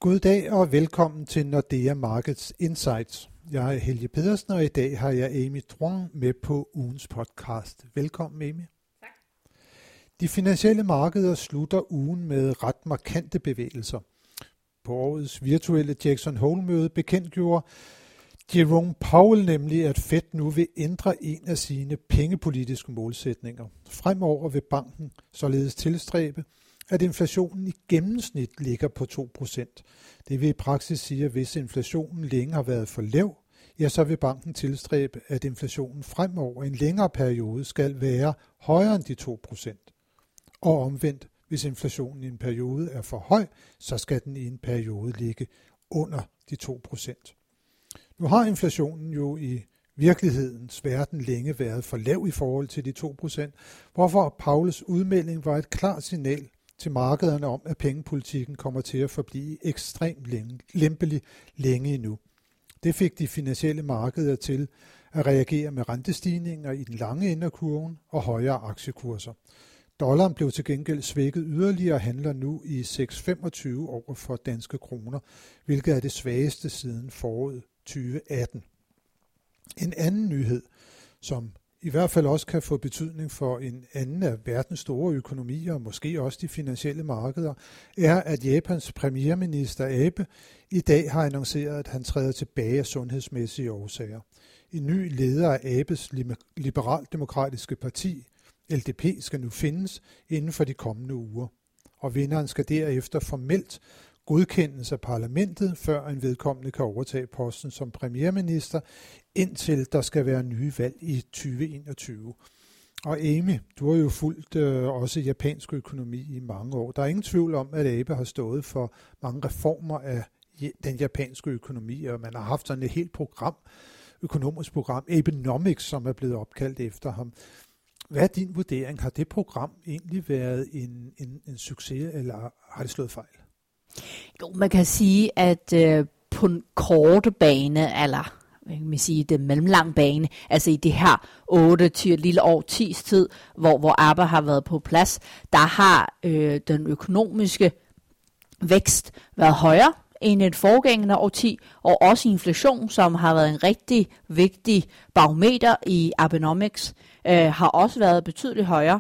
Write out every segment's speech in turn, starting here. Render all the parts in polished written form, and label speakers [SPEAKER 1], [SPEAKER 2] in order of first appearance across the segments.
[SPEAKER 1] God dag og velkommen til Nordea Markets Insights. Jeg er Helge Pedersen, og i dag har jeg Amy Drouin med på ugens podcast. Velkommen, Amy.
[SPEAKER 2] Tak.
[SPEAKER 1] De finansielle markeder slutter ugen med ret markante bevægelser. På årets virtuelle Jackson Hole-møde bekendtgjorde Jerome Powell nemlig, at Fed nu vil ændre en af sine pengepolitiske målsætninger. Fremover vil banken således tilstræbe, at inflationen i gennemsnit ligger på 2%. Det vil i praksis sige, at hvis inflationen længe har været for lav, ja, så vil banken tilstræbe, at inflationen fremover en længere periode skal være højere end de 2%. Og omvendt, hvis inflationen i en periode er for høj, så skal den i en periode ligge under de 2%. Nu har inflationen jo i virkelighedens verden længe været for lav i forhold til de 2%, hvorfor Powells udmelding var et klart signal til markederne om, at pengepolitikken kommer til at forblive ekstremt lempelig længe endnu. Det fik de finansielle markeder til at reagere med rentestigninger i den lange ende af kurven og højere aktiekurser. Dollaren blev til gengæld svækket yderligere og handler nu i 6,25 over for danske kroner, hvilket er det svageste siden foråret 2018. En anden nyhed, som i hvert fald også kan få betydning for en anden af verdens store økonomier, og måske også de finansielle markeder, er, at Japans premierminister Abe i dag har annonceret, at han træder tilbage af sundhedsmæssige årsager. En ny leder af Abes liberaldemokratiske parti, LDP, skal nu findes inden for de kommende uger, og vinderen skal derefter formelt godkendes af parlamentet, før en vedkommende kan overtage posten som premierminister, indtil der skal være nye valg i 2021. Og Amy, du har jo fulgt også japansk økonomi i mange år. Der er ingen tvivl om, at Abe har stået for mange reformer af den japanske økonomi, og man har haft sådan et helt program, økonomisk program, Abenomics, som er blevet opkaldt efter ham. Hvad er din vurdering? Har det program egentlig været en succes, eller har det slået fejl?
[SPEAKER 2] Jo, man kan sige, at på en korte bane, eller hvad kan man sige, det mellemlang bane, altså i det her 8 lille årtis tid, hvor Abe har været på plads, der har den økonomiske vækst været højere end et forgængende årti, og også inflation, som har været en rigtig vigtig barometer i Abenomics, har også været betydeligt højere.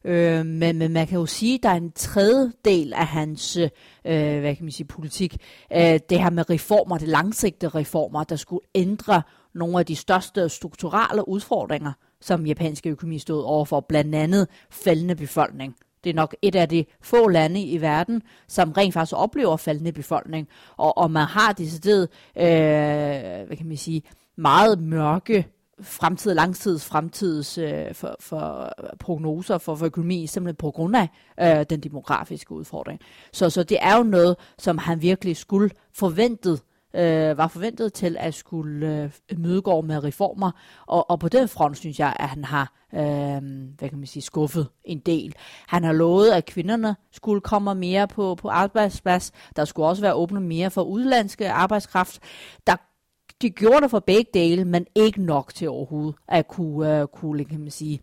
[SPEAKER 2] Men man kan jo sige, at der er en tredje del af hans hvad kan man sige, politik, det her med reformer, det langsigtede reformer, der skulle ændre nogle af de største strukturelle udfordringer, som japansk økonomi stod overfor, blandt andet faldende befolkning. Det er nok et af de få lande i verden, som rent faktisk oplever faldende befolkning, og man har decideret, hvad kan man sige, meget mørke langtids for prognoser for økonomi, simpelthen på grund af den demografiske udfordring. Så det er jo noget, som han virkelig skulle var forventet til at skulle imødegå med reformer, og på den front synes jeg, at han har hvad kan man sige, skuffet en del. Han har lovet, at kvinderne skulle komme mere på arbejdsplads. Der skulle også være åbnet mere for udlandske arbejdskraft. De gjorde det for begge dele, men ikke nok til overhovedet at kunne kan man sige,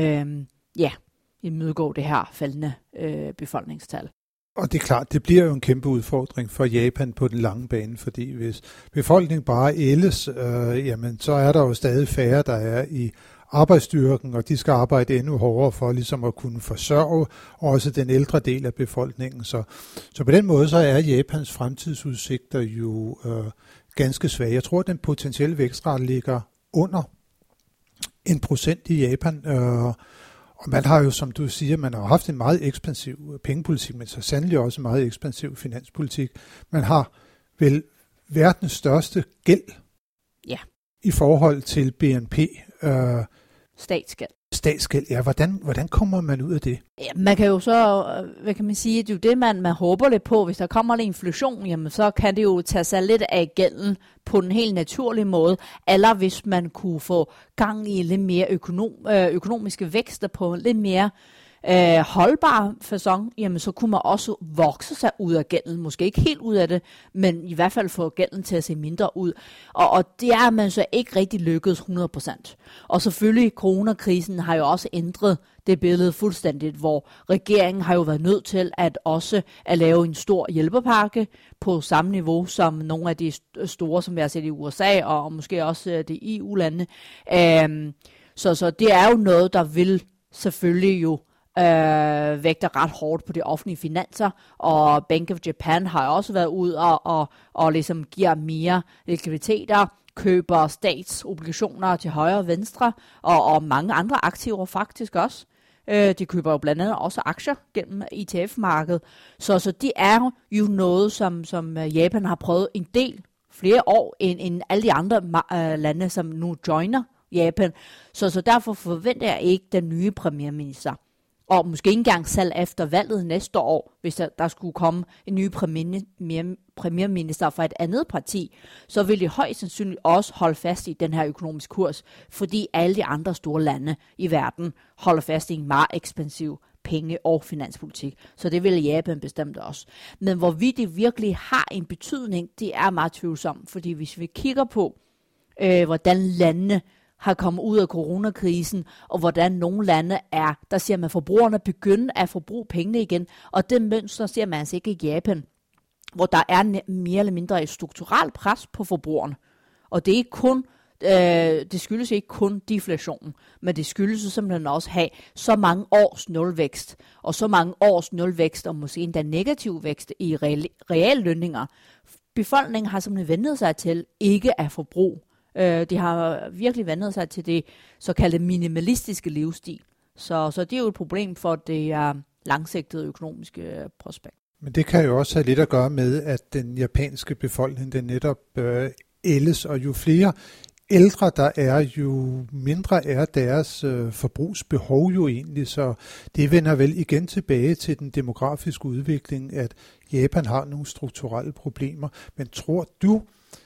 [SPEAKER 2] imødegå det her faldende befolkningstal.
[SPEAKER 1] Og det er klart, det bliver jo en kæmpe udfordring for Japan på den lange bane, fordi hvis befolkningen bare ældes, jamen så er der jo stadig færre, der er i arbejdsstyrken, og de skal arbejde endnu hårdere for ligesom at kunne forsørge også den ældre del af befolkningen. Så på den måde så er Japans fremtidsudsigter jo ganske svage. Jeg tror, at den potentielle vækstrate ligger under 1% i Japan, og man har jo, som du siger, man har haft en meget ekspansiv pengepolitik, men så sandelig også en meget ekspansiv finanspolitik. Man har vel verdens største gæld i forhold til BNP. Statsgæld, ja. Hvordan kommer man ud af det?
[SPEAKER 2] Ja, man kan jo så, hvad kan man sige, det er jo det, man håber lidt på. Hvis der kommer lidt inflation, jamen så kan det jo tage sig lidt af gælden på en helt naturlig måde. Eller hvis man kunne få gang i lidt mere økonomiske vækster på lidt mere holdbar facon, jamen så kunne man også vokse sig ud af gælden. Måske ikke helt ud af det, men i hvert fald få gælden til at se mindre ud. Og det er man så ikke rigtig lykkedes 100%. Og selvfølgelig, coronakrisen har jo også ændret det billede fuldstændigt, hvor regeringen har jo været nødt til at lave en stor hjælpepakke på samme niveau som nogle af de store, som vi har set i USA, og måske også de EU-lande. Så det er jo noget, der vil selvfølgelig jo vægter ret hårdt på de offentlige finanser, og Bank of Japan har også været ud og ligesom giver mere likviditeter, køber statsobligationer til højre og venstre, og mange andre aktiver faktisk også. De køber jo blandt andet også aktier gennem ETF-markedet. Så det er jo noget, som Japan har prøvet en del flere år end alle de andre lande, som nu joiner Japan. Så derfor forventer jeg ikke den nye premierminister. Og måske ikke engang selv efter valget næste år, hvis der skulle komme en ny premierminister fra et andet parti, så vil de højst sandsynligt også holde fast i den her økonomiske kurs, fordi alle de andre store lande i verden holder fast i en meget ekspansiv penge- og finanspolitik. Så det vil Japan bestemt også. Men hvorvidt det virkelig har en betydning, det er meget tvivlsomt, fordi hvis vi kigger på, hvordan landene har kommet ud af coronakrisen, og hvordan nogle lande der ser man, at forbrugerne begynder at forbruge pengene igen, og det mønster ser man altså ikke i Japan, hvor der er mere eller mindre et strukturelt pres på forbrugerne. Og det er ikke kun, det skyldes ikke kun deflation, men det skyldes simpelthen også have så mange års nulvækst, og så mange års nulvækst, og måske endda negativ vækst i reallønninger. Befolkningen har simpelthen vendt sig til ikke at forbruge. De har virkelig vendt sig til det såkaldte minimalistiske livsstil. Så det er jo et problem for det langsigtede økonomiske prospekt.
[SPEAKER 1] Men det kan jo også have lidt at gøre med, at den japanske befolkning, den netop ældes, og jo flere ældre der er, jo mindre er deres forbrugsbehov jo egentlig. Så det vender vel igen tilbage til den demografiske udvikling, at Japan har nogle strukturelle problemer. Men tror du,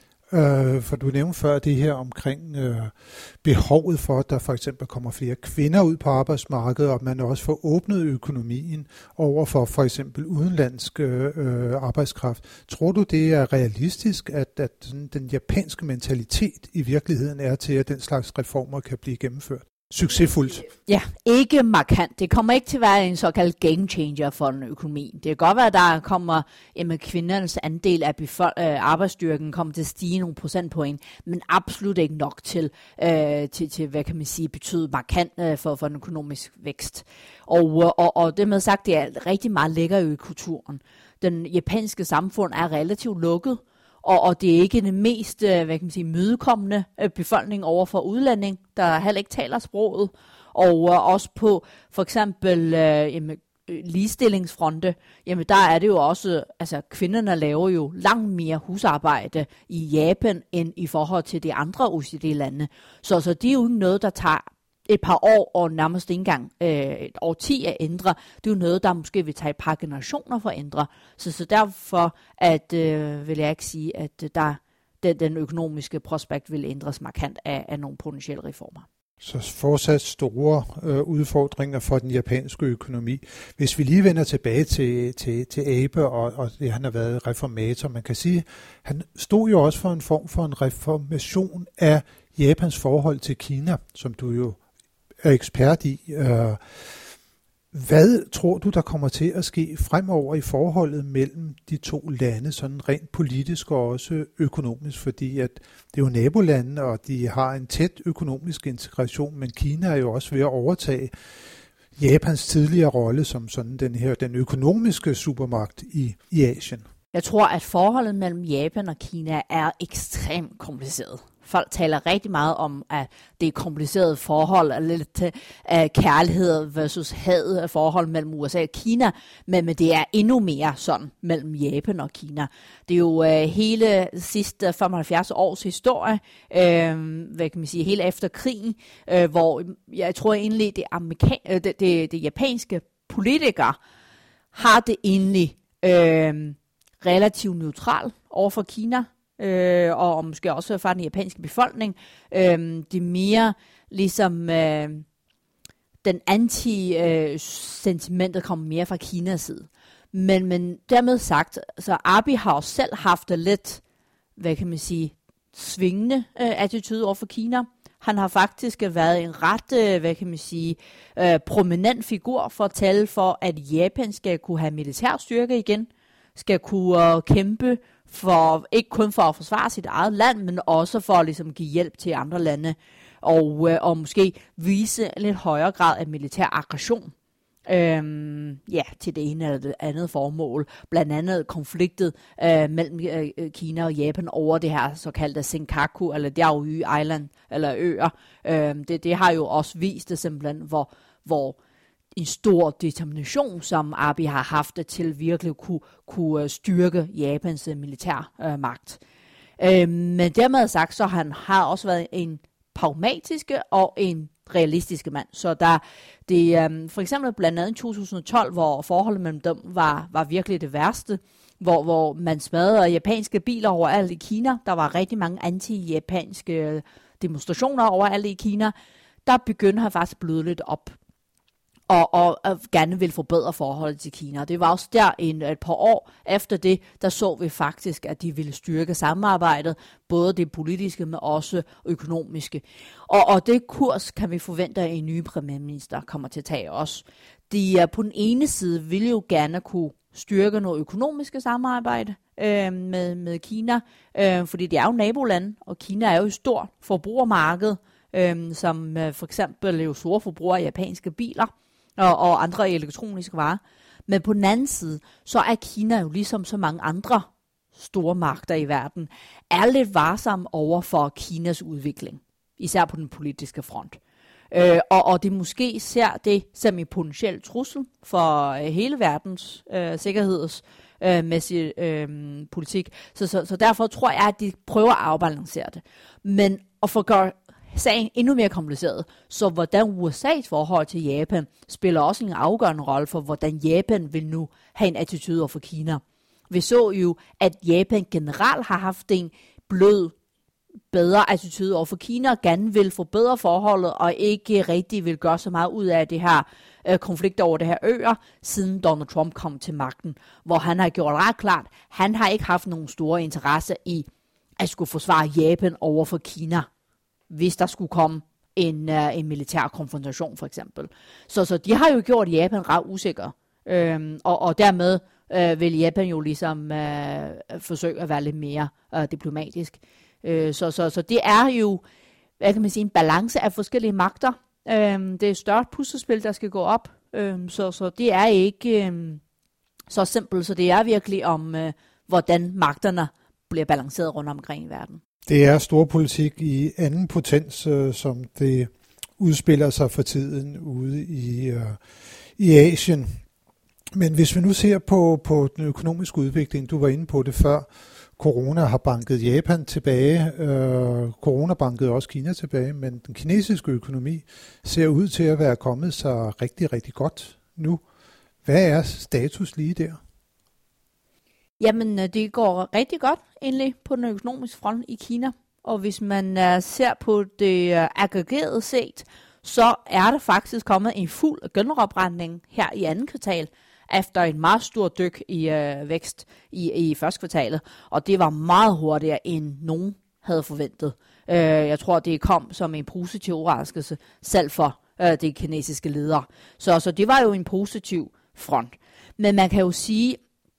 [SPEAKER 1] for du nævnte før det her omkring behovet for, at der for eksempel kommer flere kvinder ud på arbejdsmarkedet, og man også får åbnet økonomien over for eksempel udenlandsk arbejdskraft. Tror du, det er realistisk, at sådan, den japanske mentalitet i virkeligheden er til, at den slags reformer kan blive gennemført succesfuldt?
[SPEAKER 2] Ja, ikke markant. Det kommer ikke til at være en såkaldt game changer for den økonomi. Det kan godt være, at der kommer kvindernes andel af arbejdsstyrken kommer til at stige nogle procentpoint, men absolut ikke nok til hvad kan man sige, betyde markant for den økonomisk vækst. Og det med sagt, det er rigtig meget lækker i kulturen. Den japanske samfund er relativt lukket, og det er ikke den mest hvad kan man sige, mødekommende befolkning over for udlænding, der heller ikke taler sproget. Og også på for eksempel ligestillingsfronte, jamen der er det jo også, altså kvinderne laver jo langt mere husarbejde i Japan, end i forhold til de andre OECD-lande. Så det er jo ikke noget, der tager et par år, og nærmest ikke engang et årti at ændre. Det er jo noget, der måske vil tage et par generationer for at ændre. Så derfor vil jeg ikke sige, at den økonomiske prospekt vil ændres markant af nogle potentielle reformer.
[SPEAKER 1] Så fortsat store udfordringer for den japanske økonomi. Hvis vi lige vender tilbage til Abe, og det, han har været reformator, man kan sige, han stod jo også for en form for en reformation af Japans forhold til Kina, som du jo er ekspert i. Hvad tror du, der kommer til at ske fremover i forholdet mellem de to lande, sådan rent politisk og også økonomisk? Fordi at det er jo nabolande, og de har en tæt økonomisk integration, men Kina er jo også ved at overtage Japans tidligere rolle som sådan den økonomiske supermagt i Asien.
[SPEAKER 2] Jeg tror, at forholdet mellem Japan og Kina er ekstremt kompliceret. Folk taler rigtig meget om, at det er kompliceret forhold, og lidt kærlighed versus had forhold mellem USA og Kina, men det er endnu mere sådan mellem Japan og Kina. Det er jo hele sidste 75 års historie, hvad kan man sige, hele efter krigen, hvor jeg tror egentlig, det japanske politikere har det egentlig relativt neutral over for Kina, og måske også fra den japanske befolkning. Det er mere ligesom den anti-sentimentet kommer mere fra Kinas side. Men dermed sagt, så Abiy har også selv haft det lidt, hvad kan man sige, svingende attitude over for Kina. Han har faktisk været en ret, hvad kan man sige, prominent figur for at tale for, at Japan skal kunne have militær styrke igen, skal kunne kæmpe for, ikke kun for at forsvare sit eget land, men også for at ligesom give hjælp til andre lande, og måske vise en lidt højere grad af militær aggression. Til det ene eller det andet formål, blandt andet konfliktet mellem Kina og Japan over det her såkaldte Senkaku eller Diaoyu Island eller øer. Det har jo også vist det simpelthen, hvor en stor determination, som Abiy har haft til virkelig kunne styrke Japans militærmagt. Men dermed sagt, så han har også været en pragmatiske og en realistiske mand. Så for eksempel blandt andet i 2012, hvor forholdet mellem dem var virkelig det værste, hvor man smadrede japanske biler overalt i Kina. Der var rigtig mange anti-japanske demonstrationer overalt i Kina. Der begyndte han faktisk at bløde lidt op og gerne vil forbedre forholdet til Kina. Det var også der et par år efter det, der så vi faktisk, at de ville styrke samarbejdet, både det politiske, men også økonomiske. Og det kurs kan vi forvente, at en ny premierminister kommer til at tage også. De på den ene side ville jo gerne kunne styrke noget økonomiske samarbejde med Kina, fordi det er jo nabolande, og Kina er jo et stort forbrugermarked, som for eksempel er jo store forbrugere af japanske biler, og andre elektroniske varer. Men på den anden side, så er Kina jo ligesom så mange andre store magter i verden, er lidt varsom over for Kinas udvikling, især på den politiske front. Og det måske ser det som en potentiel trussel for hele verdens sikkerhedsmæssige politik. Så derfor tror jeg, at de prøver at afbalancere det. Men at få gøre sagen endnu mere kompliceret, så hvordan USA's forhold til Japan spiller også en afgørende rolle for, hvordan Japan vil nu have en attitude over for Kina. Vi så jo, at Japan generelt har haft en blød, bedre attitude over for Kina, og gerne vil forbedre forholdet, og ikke rigtig vil gøre så meget ud af det her konflikt over det her øer, siden Donald Trump kom til magten, hvor han har gjort ret klart, han har ikke haft nogen store interesse i at skulle forsvare Japan over for Kina, hvis der skulle komme en militær konfrontation for eksempel. Så de har jo gjort Japan ret usikker, og dermed vil Japan jo ligesom forsøge at være lidt mere diplomatisk. Så det er jo, hvad kan man sige, en balance af forskellige magter. Det er et større puslespil, der skal gå op. Så det er ikke så simpelt, så det er virkelig om, hvordan magterne bliver balanceret rundt omkring i verden.
[SPEAKER 1] Det er storpolitik i anden potens, som det udspiller sig for tiden ude i Asien. Men hvis vi nu ser på den økonomiske udvikling, du var inde på det før, corona har banket Japan tilbage, corona bankede også Kina tilbage, men den kinesiske økonomi ser ud til at være kommet sig rigtig, rigtig godt nu. Hvad er status lige der?
[SPEAKER 2] Jamen, det går rigtig godt egentlig på den økonomiske front i Kina, og hvis man ser på det aggregerede set, så er der faktisk kommet en fuld genopretning her i andet kvartal, efter en meget stor dyk i vækst i første kvartalet, og det var meget hurtigere, end nogen havde forventet. Jeg tror, det kom som en positiv overraskelse, selv for de kinesiske ledere. Så det var jo en positiv front. Men man kan jo sige,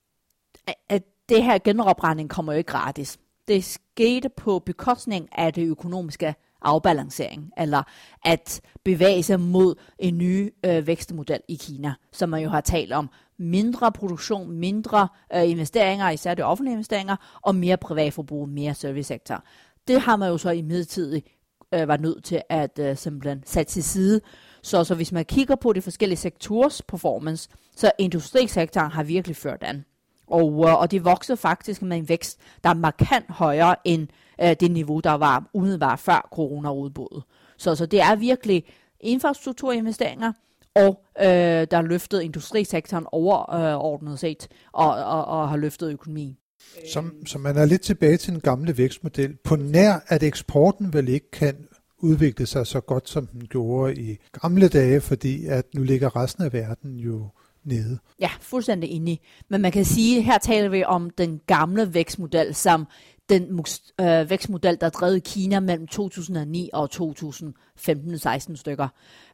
[SPEAKER 2] at det her genopretning kommer jo ikke gratis. Det skete på bekostning af det økonomiske afbalancering, eller at bevæge sig mod en ny vækstmodel i Kina, som man jo har talt om. Mindre produktion, mindre investeringer, især de offentlige investeringer, og mere privatforbrug, mere servicesektor. Det har man jo så imidlertid var nødt til at simpelthen sætte til side. Så hvis man kigger på de forskellige sektorers performance, så industrisektoren har virkelig ført an. Og det vokser faktisk med en vækst, der er markant højere end det niveau, der var umiddelbart før corona-udbruddet. Så det er virkelig infrastrukturinvesteringer, og der har løftet industrisektoren overordnet set, og har løftet økonomien.
[SPEAKER 1] Så man er lidt tilbage til den gamle vækstmodel. På nær, at eksporten vel ikke kan udvikle sig så godt, som den gjorde i gamle dage, fordi at nu ligger resten af verden jo nede.
[SPEAKER 2] Ja, fuldstændig enig. Men man kan sige, her taler vi om den gamle vækstmodel, som den vækstmodel, der drev Kina mellem 2009 og 2015-16 stykker.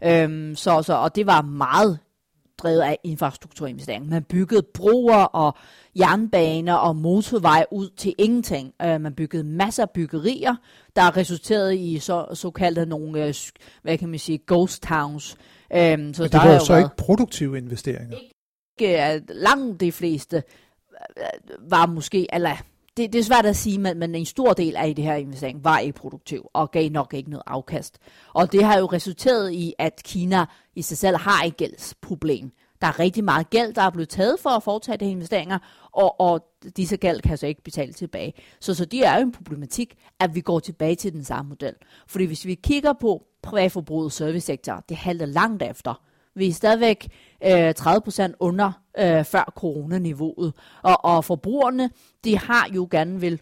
[SPEAKER 2] Og det var meget drevet af infrastrukturinvestering. Man byggede broer og jernbaner og motorveje ud til ingenting. Man byggede masser af byggerier, der resulterede i såkaldte nogle, hvad kan man sige, ghost towns.
[SPEAKER 1] Så det var jo så ikke produktive investeringer?
[SPEAKER 2] Ikke langt de fleste var måske, eller det er svært at sige, men en stor del af det her investering var ikke produktiv og gav nok ikke noget afkast. Og det har jo resulteret i, at Kina i sig selv har et gældsproblem. Der er rigtig meget gæld, der er blevet taget for at foretage de investeringer, og disse gæld kan så ikke betale tilbage. Så det er jo en problematik, at vi går tilbage til den samme model. Fordi hvis vi kigger på privatforbruget og servicesektor, det halter langt efter. Vi er stadigvæk 30% under før coronaniveauet, og forbrugerne, de har jo gerne vil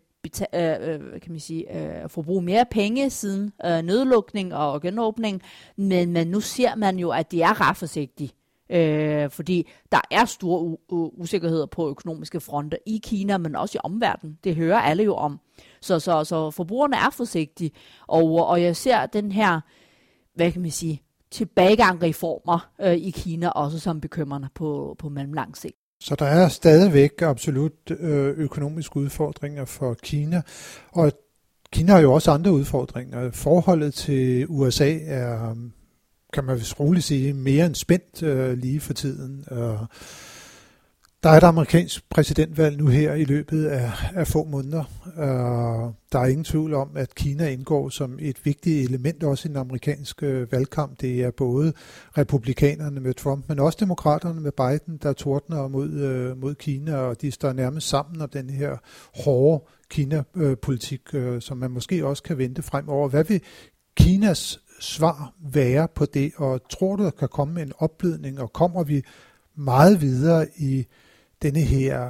[SPEAKER 2] forbruge mere penge siden nedlukning og genåbning, men nu ser man jo, at de er ret forsigtige. Fordi der er store usikkerheder på økonomiske fronter i Kina, men også i omverdenen. Det hører alle jo om. Så forbrugerne er forsigtige, og jeg ser den her, hvad kan man sige, tilbagegang reformer i Kina også som bekymrende på mellemlang sigt.
[SPEAKER 1] Så der er stadigvæk absolut økonomiske udfordringer for Kina, og Kina har jo også andre udfordringer. Forholdet til USA er, kan man vist roligt sige, mere end spændt lige for tiden. Der er et amerikansk præsidentvalg nu her i løbet af få måneder. Der er ingen tvivl om, at Kina indgår som et vigtigt element også i den amerikanske valgkamp. Det er både republikanerne med Trump, men også demokraterne med Biden, der tordner mod Kina, og de står nærmest sammen om den her hårde Kina-politik, som man måske også kan vente fremover. Hvad vil Kinas svar være på det, og tror du, der kan komme en opblødning, og kommer vi meget videre i denne her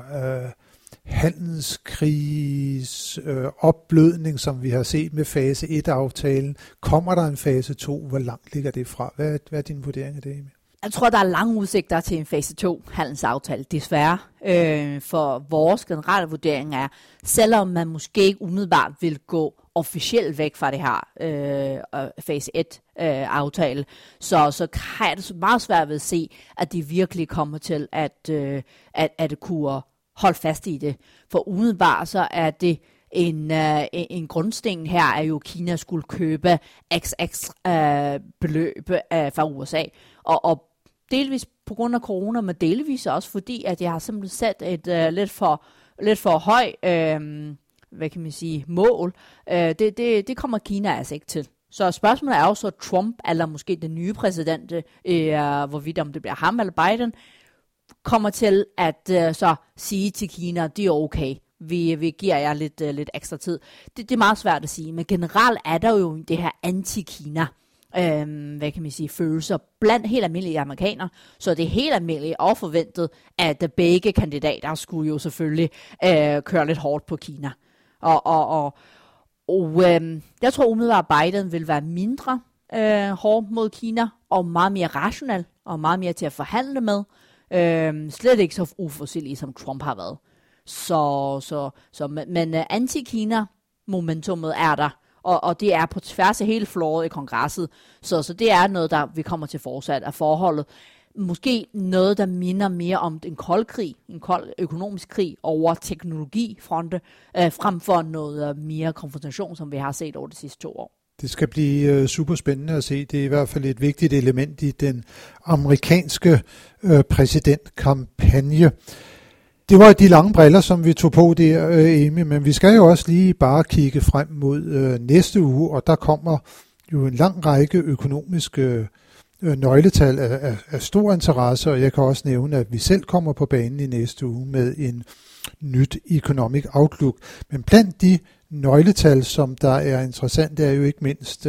[SPEAKER 1] handelskrigs opblødning, som vi har set med fase 1-aftalen? Kommer der en fase 2? Hvor langt ligger det fra? Hvad er din vurdering af det, Emil?
[SPEAKER 2] Jeg tror, der er lange udsigter til en fase 2 handelsaftale, desværre. For vores generelle vurdering er, selvom man måske ikke umiddelbart vil gå officielt væk fra det her fase 1-aftale, så kan det meget svært ved at se, at de virkelig kommer til at kunne holde fast i det. For umiddelbart så er det en grundsten her, er jo, at Kina skulle købe XX beløb fra USA, og delvis på grund af corona, men delvis også fordi, at jeg har simpelthen sat et lidt for høj hvad kan man sige, mål. Det kommer Kina altså ikke til. Så spørgsmålet er jo så Trump, eller måske den nye præsident, hvorvidt om det bliver ham eller Biden, kommer til at så sige til Kina, det er okay. Vi giver jer lidt ekstra tid. Det er meget svært at sige, men generelt er der jo det her anti-Kina, hvad kan man sige, følelser blandt helt almindelige amerikanere, så det er helt almindeligt og forventet, at begge kandidater skulle jo selvfølgelig køre lidt hårdt på Kina. Og jeg tror umiddelbart, at Biden vil være mindre hård mod Kina, og meget mere rationel, og meget mere til at forhandle med. Slet ikke så uforudsigelig, som Trump har været. Men anti-Kina-momentummet er der, og det er på tværs af hele floret i kongresset. Så det er noget, der vi kommer til fortsat af forholdet. Måske noget, der minder mere om en kold krig, en kold økonomisk krig over teknologifronte, frem for noget mere konfrontation, som vi har set over de sidste 2 år.
[SPEAKER 1] Det skal blive super spændende at se. Det er i hvert fald et vigtigt element i den amerikanske præsidentkampagne. Det var de lange briller, som vi tog på der, Amy, men vi skal jo også lige bare kigge frem mod næste uge, og der kommer jo en lang række økonomiske nøgletal af stor interesse, og jeg kan også nævne, at vi selv kommer på banen i næste uge med en nyt Economic Outlook. Men blandt de nøgletal, som der er interessant, er jo ikke mindst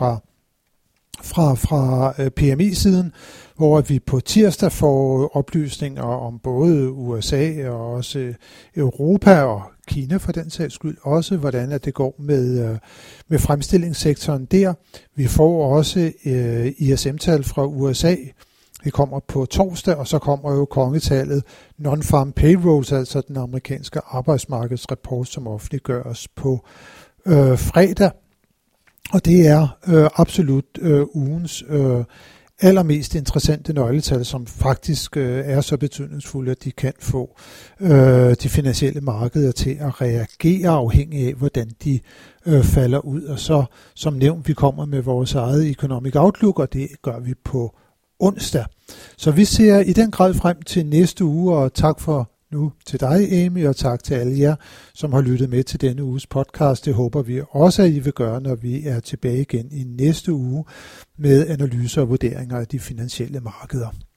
[SPEAKER 1] fra PMI-siden, hvor vi på tirsdag får oplysninger om både USA og også Europa og Kina for den sags skyld også, hvordan det går med fremstillingssektoren der. Vi får også ISM-tal fra USA. Det kommer på torsdag, og så kommer jo kongetallet Non-Farm Payrolls, altså den amerikanske arbejdsmarkedsrapport, som offentliggøres på fredag. Og det er absolut ugens allermest interessante nøgletal, som faktisk er så betydningsfulde, at de kan få de finansielle markeder til at reagere afhængig af, hvordan de falder ud. Og så, som nævnt, vi kommer med vores eget Economic Outlook, og det gør vi på onsdag. Så vi ser i den grad frem til næste uge, og tak for nu til dig, Amy, og tak til alle jer, som har lyttet med til denne uges podcast. Det håber vi også, at I vil gøre, når vi er tilbage igen i næste uge med analyser og vurderinger af de finansielle markeder.